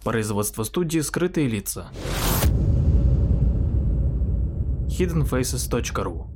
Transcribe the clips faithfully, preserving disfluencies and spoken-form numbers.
Производство студии «Скрытые лица». хидден фейсес точка ру.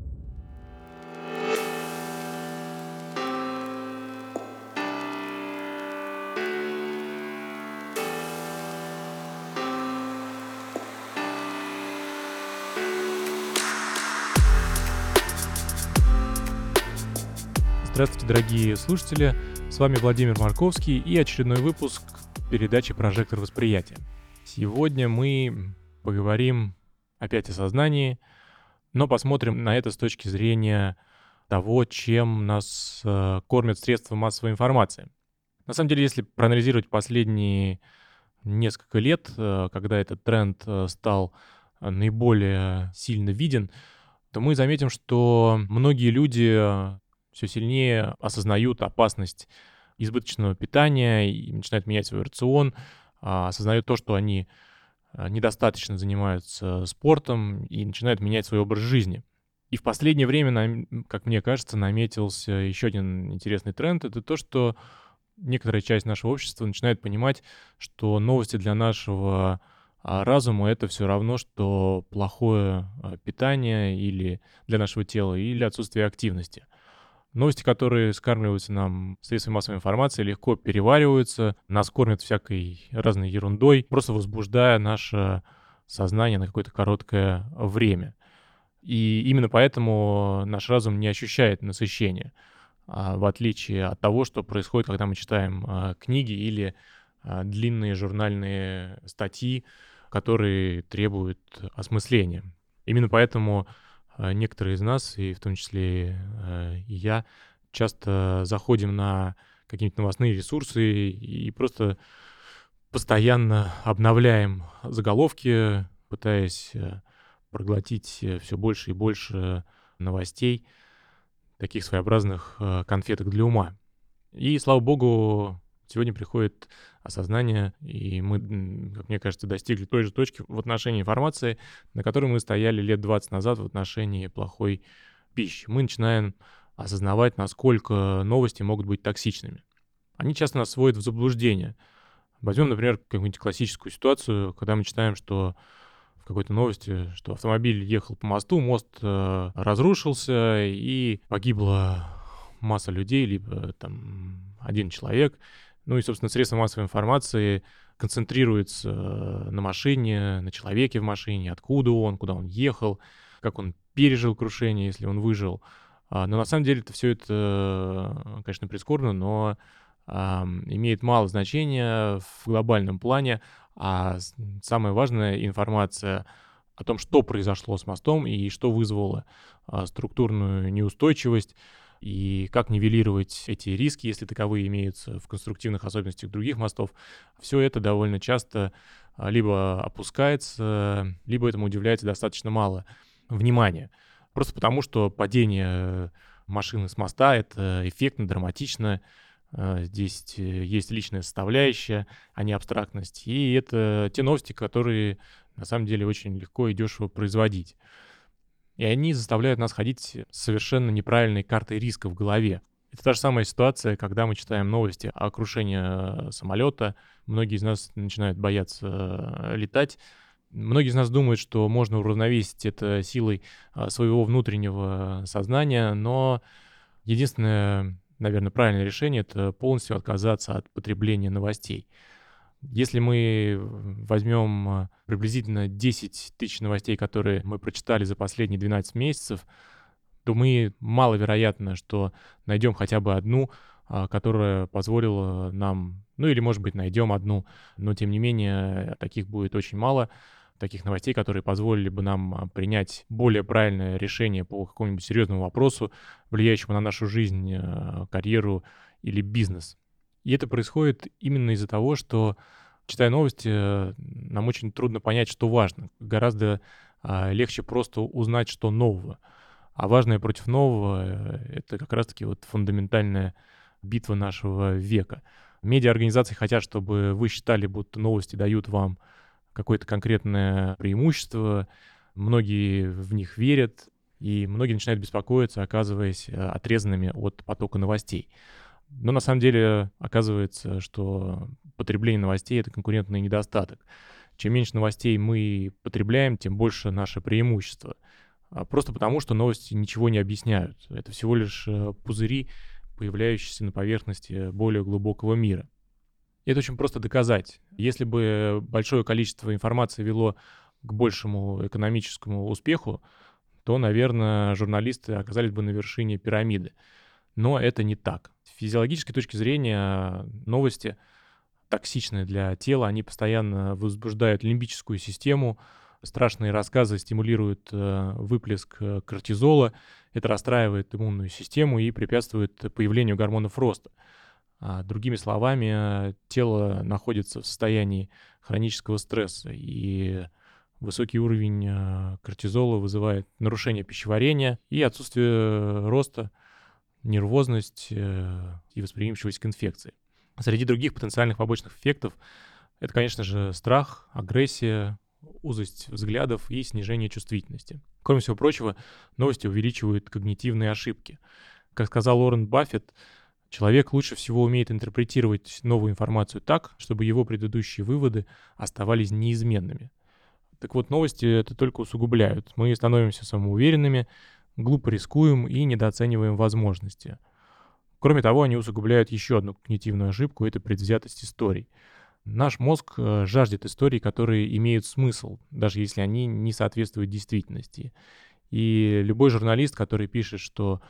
Здравствуйте, дорогие слушатели, с вами Владимир Марковский и очередной выпуск передачи «Прожектор восприятия». Сегодня мы поговорим опять о сознании, но посмотрим на это с точки зрения того, чем нас э, кормят средства массовой информации. На самом деле, если проанализировать последние несколько лет, э, когда этот тренд э, стал э, наиболее сильно виден, то мы заметим, что многие люди э, все сильнее осознают опасность избыточного питания и начинают менять свой рацион, а, осознают то, что они а, недостаточно занимаются спортом и начинают менять свой образ жизни. И в последнее время, нам- как мне кажется, наметился еще один интересный тренд. Это то, что некоторая часть нашего общества начинает понимать, что новости для нашего а, разума — это все равно, что плохое а, питание или для нашего тела, или отсутствие активности. Новости, которые скармливаются нам средствами массовой информации, легко перевариваются, нас кормят всякой разной ерундой, просто возбуждая наше сознание на какое-то короткое время. И именно поэтому наш разум не ощущает насыщения, а, в отличие от того, что происходит, когда мы читаем а, книги или а, длинные журнальные статьи, которые требуют осмысления. Именно поэтому а, некоторые из нас, и в том числе э, и я, часто заходим на какие-нибудь новостные ресурсы и просто постоянно обновляем заголовки, пытаясь э, проглотить все больше и больше новостей, таких своеобразных э, конфеток для ума. И, слава богу, сегодня приходит осознание, и мы, м, как мне кажется, достигли той же точки в отношении информации, на которой мы стояли лет двадцать назад в отношении плохой пищи. Мы начинаем осознавать, насколько новости могут быть токсичными. Они часто нас сводят в заблуждение. Возьмем, например, какую-нибудь классическую ситуацию, когда мы читаем, что в какой-то новости, что автомобиль ехал по мосту, мост э, разрушился, и погибла масса людей, либо там один человек. Ну и, собственно, средства массовой информации концентрируются э, на машине, на человеке в машине, откуда он, куда он ехал, как он пережил крушение, если он выжил. А, Но на самом деле это все это, э, конечно, прискорбно, но ам, имеет мало значения в глобальном плане, а с- самая важная информация о том, что произошло с мостом и что вызвало а, структурную неустойчивость, и как нивелировать эти риски, если таковые имеются в конструктивных особенностях других мостов. Все это довольно часто а, либо опускается, либо этому уделяется достаточно мало внимания. Просто потому, что падение машины с моста — это эффектно, драматично. Э, Здесь э, есть личная составляющая, а не абстрактность. И это те новости, которые на самом деле очень легко и дешево производить. И они заставляют нас ходить с совершенно неправильной картой риска в голове. Это та же самая ситуация, когда мы читаем новости о крушении э, самолета. Многие из нас начинают бояться э, летать. Многие из нас думают, что можно уравновесить это силой а, своего внутреннего сознания, но единственное, наверное, правильное решение — это полностью отказаться от потребления новостей. Если мы возьмем а, приблизительно десять тысяч новостей, которые мы прочитали за последние двенадцать месяцев, то мы маловероятно, что найдем хотя бы одну, а, которая позволила нам, ну или, может быть, найдем одну, но тем не менее таких будет очень мало, таких новостей, которые позволили бы нам а, принять более правильное решение по какому-нибудь серьезному вопросу, влияющему на нашу жизнь, а, карьеру или бизнес. И это происходит именно из-за того, что, читая новости, э, нам очень трудно понять, что важно. Гораздо а, легче просто узнать, что нового. А важное против нового э, — это как раз-таки вот фундаментальная битва нашего века. Медиаорганизации хотят, чтобы вы считали, будто новости дают вам какое-то конкретное преимущество. Многие в них верят, и многие начинают беспокоиться, оказываясь э, отрезанными от потока новостей. Но на самом деле оказывается, что потребление новостей — это конкурентный недостаток. Чем меньше новостей мы потребляем, тем больше наше преимущество. А Просто потому, что новости ничего не объясняют. Это всего лишь э, пузыри, появляющиеся на поверхности более глубокого мира. И это очень просто доказать. Если бы большое количество информации вело к большему экономическому успеху, то, наверное, журналисты оказались бы на вершине пирамиды. Но это не так. С физиологической точки зрения новости токсичны для тела, они постоянно возбуждают лимбическую систему, страшные рассказы стимулируют э, выплеск э, кортизола, это расстраивает иммунную систему и препятствует появлению гормонов роста. А, другими словами, э, тело находится в состоянии хронического стресса, и высокий уровень э, кортизола вызывает нарушение пищеварения и отсутствие роста, нервозность э, и восприимчивость к инфекции. Среди других потенциальных побочных эффектов это, конечно же, страх, агрессия, узость взглядов и снижение чувствительности. Кроме всего прочего, новости увеличивают когнитивные ошибки. Как сказал Уоррен Баффет, человек лучше всего умеет интерпретировать новую информацию так, чтобы его предыдущие выводы оставались неизменными. Так вот, новости это только усугубляют. Мы становимся самоуверенными, глупо рискуем и недооцениваем возможности. Кроме того, они усугубляют еще одну когнитивную ошибку — это предвзятость историй. Наш мозг э, жаждет историй, которые имеют смысл, даже если они не соответствуют действительности. И любой журналист, который пишет, что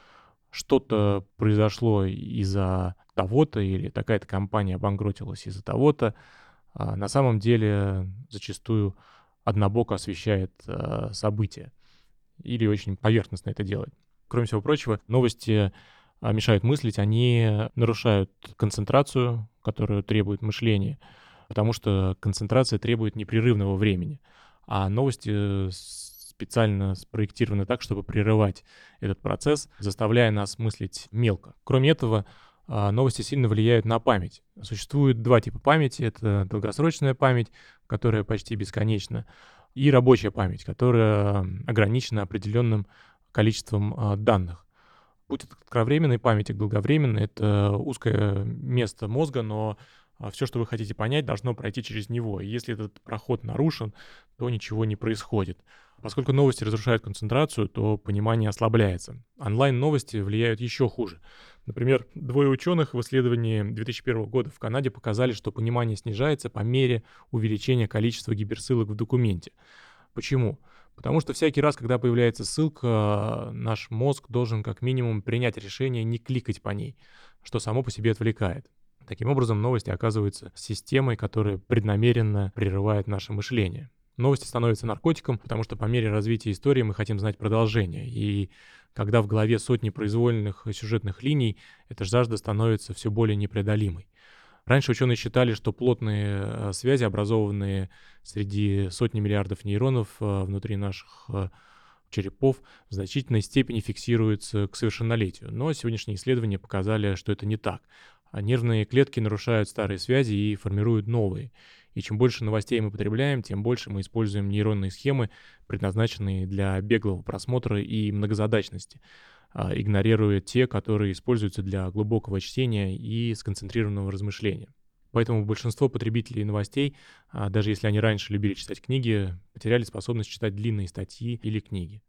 что-то произошло из-за того-то или такая-то компания обанкротилась из-за того-то, а, на самом деле зачастую однобоко освещает а, события или очень поверхностно это делает. Кроме всего прочего, новости а, мешают мыслить, они нарушают концентрацию, которую требует мышление, потому что концентрация требует непрерывного времени, а новости э, специально спроектированы так, чтобы прерывать этот процесс, заставляя нас мыслить мелко. Кроме этого, а, новости сильно влияют на память. Существует два типа памяти. Это долгосрочная память, которая почти бесконечна, и рабочая память, которая ограничена определенным количеством а, данных. Путь от кратковременной памяти к долговременной — это узкое место мозга, но все, что вы хотите понять, должно пройти через него. И если этот проход нарушен, то ничего не происходит. Поскольку новости разрушают концентрацию, то понимание ослабляется. Онлайн-новости влияют еще хуже. Например, двое ученых в исследовании две тысячи первого года в Канаде показали, что понимание снижается по мере увеличения количества гиперссылок в документе. Почему? Потому что всякий раз, когда появляется ссылка, наш мозг должен как минимум принять решение не кликать по ней, что само по себе отвлекает. Таким образом, новости оказываются системой, которая преднамеренно прерывает наше мышление. Новости становятся наркотиком, потому что по мере развития истории мы хотим знать продолжение. И когда в голове сотни произвольных сюжетных линий, эта жажда становится все более непреодолимой. Раньше ученые считали, что плотные э, связи, образованные среди сотни миллиардов нейронов э, внутри наших э, черепов, в значительной степени фиксируются к совершеннолетию. Но сегодняшние исследования показали, что это не так. А нервные клетки нарушают старые связи и формируют новые. И чем больше новостей мы потребляем, тем больше мы используем нейронные схемы, предназначенные для беглого просмотра и многозадачности, а, игнорируя те, которые используются для глубокого чтения и сконцентрированного размышления. Поэтому большинство потребителей новостей, а, даже если они раньше любили читать книги, потеряли способность читать длинные статьи или книги.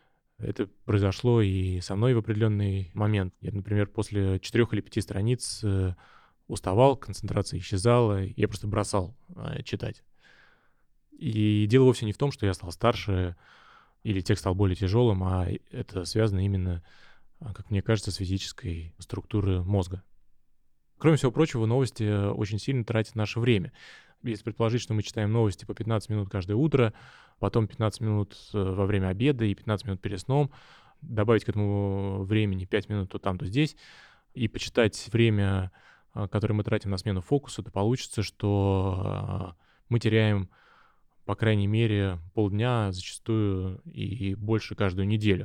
Это произошло и со мной в определенный момент. Я, например, после четырех или пяти страниц э, уставал, концентрация исчезала, и я просто бросал э, читать. И дело вовсе не в том, что я стал старше или текст стал более тяжелым, а это связано именно, а, как мне кажется, с физической структурой мозга. Кроме всего прочего, новости э, очень сильно тратят наше время. Если предположить, что мы читаем новости по пятнадцать минут каждое утро, потом пятнадцать минут э, во время обеда и пятнадцать минут перед сном, добавить к этому времени пять минут то там, то здесь, и почитать время, э, которое мы тратим на смену фокуса, то получится, что э, мы теряем, по крайней мере, полдня, зачастую и больше каждую неделю.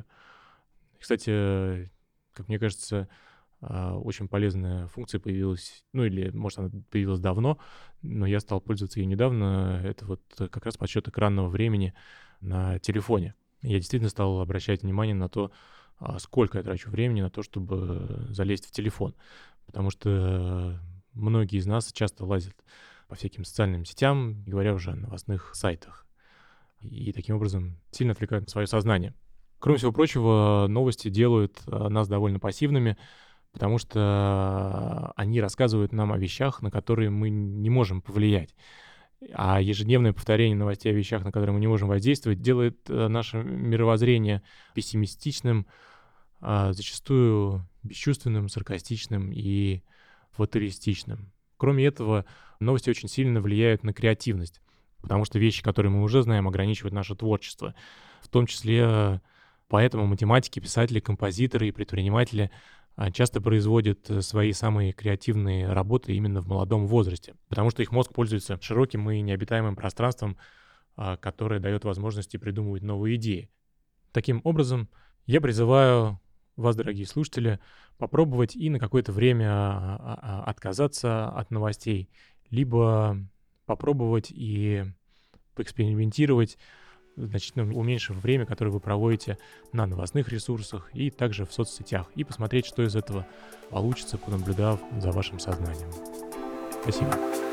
Кстати, как мне кажется, а, очень полезная функция появилась, ну или, может, она появилась давно, но я стал пользоваться ее недавно. Это вот как раз подсчет экранного времени на телефоне. Я действительно стал обращать внимание на то, а, сколько я трачу времени на то, чтобы залезть в телефон. Потому что многие из нас часто лазят по всяким социальным сетям, не говоря уже о новостных сайтах. И таким образом сильно отвлекают на свое сознание. Кроме всего прочего, новости делают а, нас довольно пассивными, потому что они рассказывают нам о вещах, на которые мы не можем повлиять. А ежедневное повторение новостей о вещах, на которые мы не можем воздействовать, делает а, наше мировоззрение пессимистичным, а, зачастую бесчувственным, саркастичным и фаталистичным. Кроме этого, новости очень сильно влияют на креативность, потому что вещи, которые мы уже знаем, ограничивают наше творчество. В том числе поэтому математики, писатели, композиторы и предприниматели а, часто производят э, свои самые креативные работы именно в молодом возрасте, потому что их мозг пользуется широким и необитаемым пространством, а, которое дает возможности придумывать новые идеи. Таким образом, я призываю вас, дорогие слушатели, попробовать и на какое-то время а, а, отказаться от новостей, либо попробовать и поэкспериментировать, значительно уменьшив время, которое вы проводите на новостных ресурсах и также в соцсетях, и посмотреть, что из этого получится, понаблюдав за вашим сознанием. Спасибо.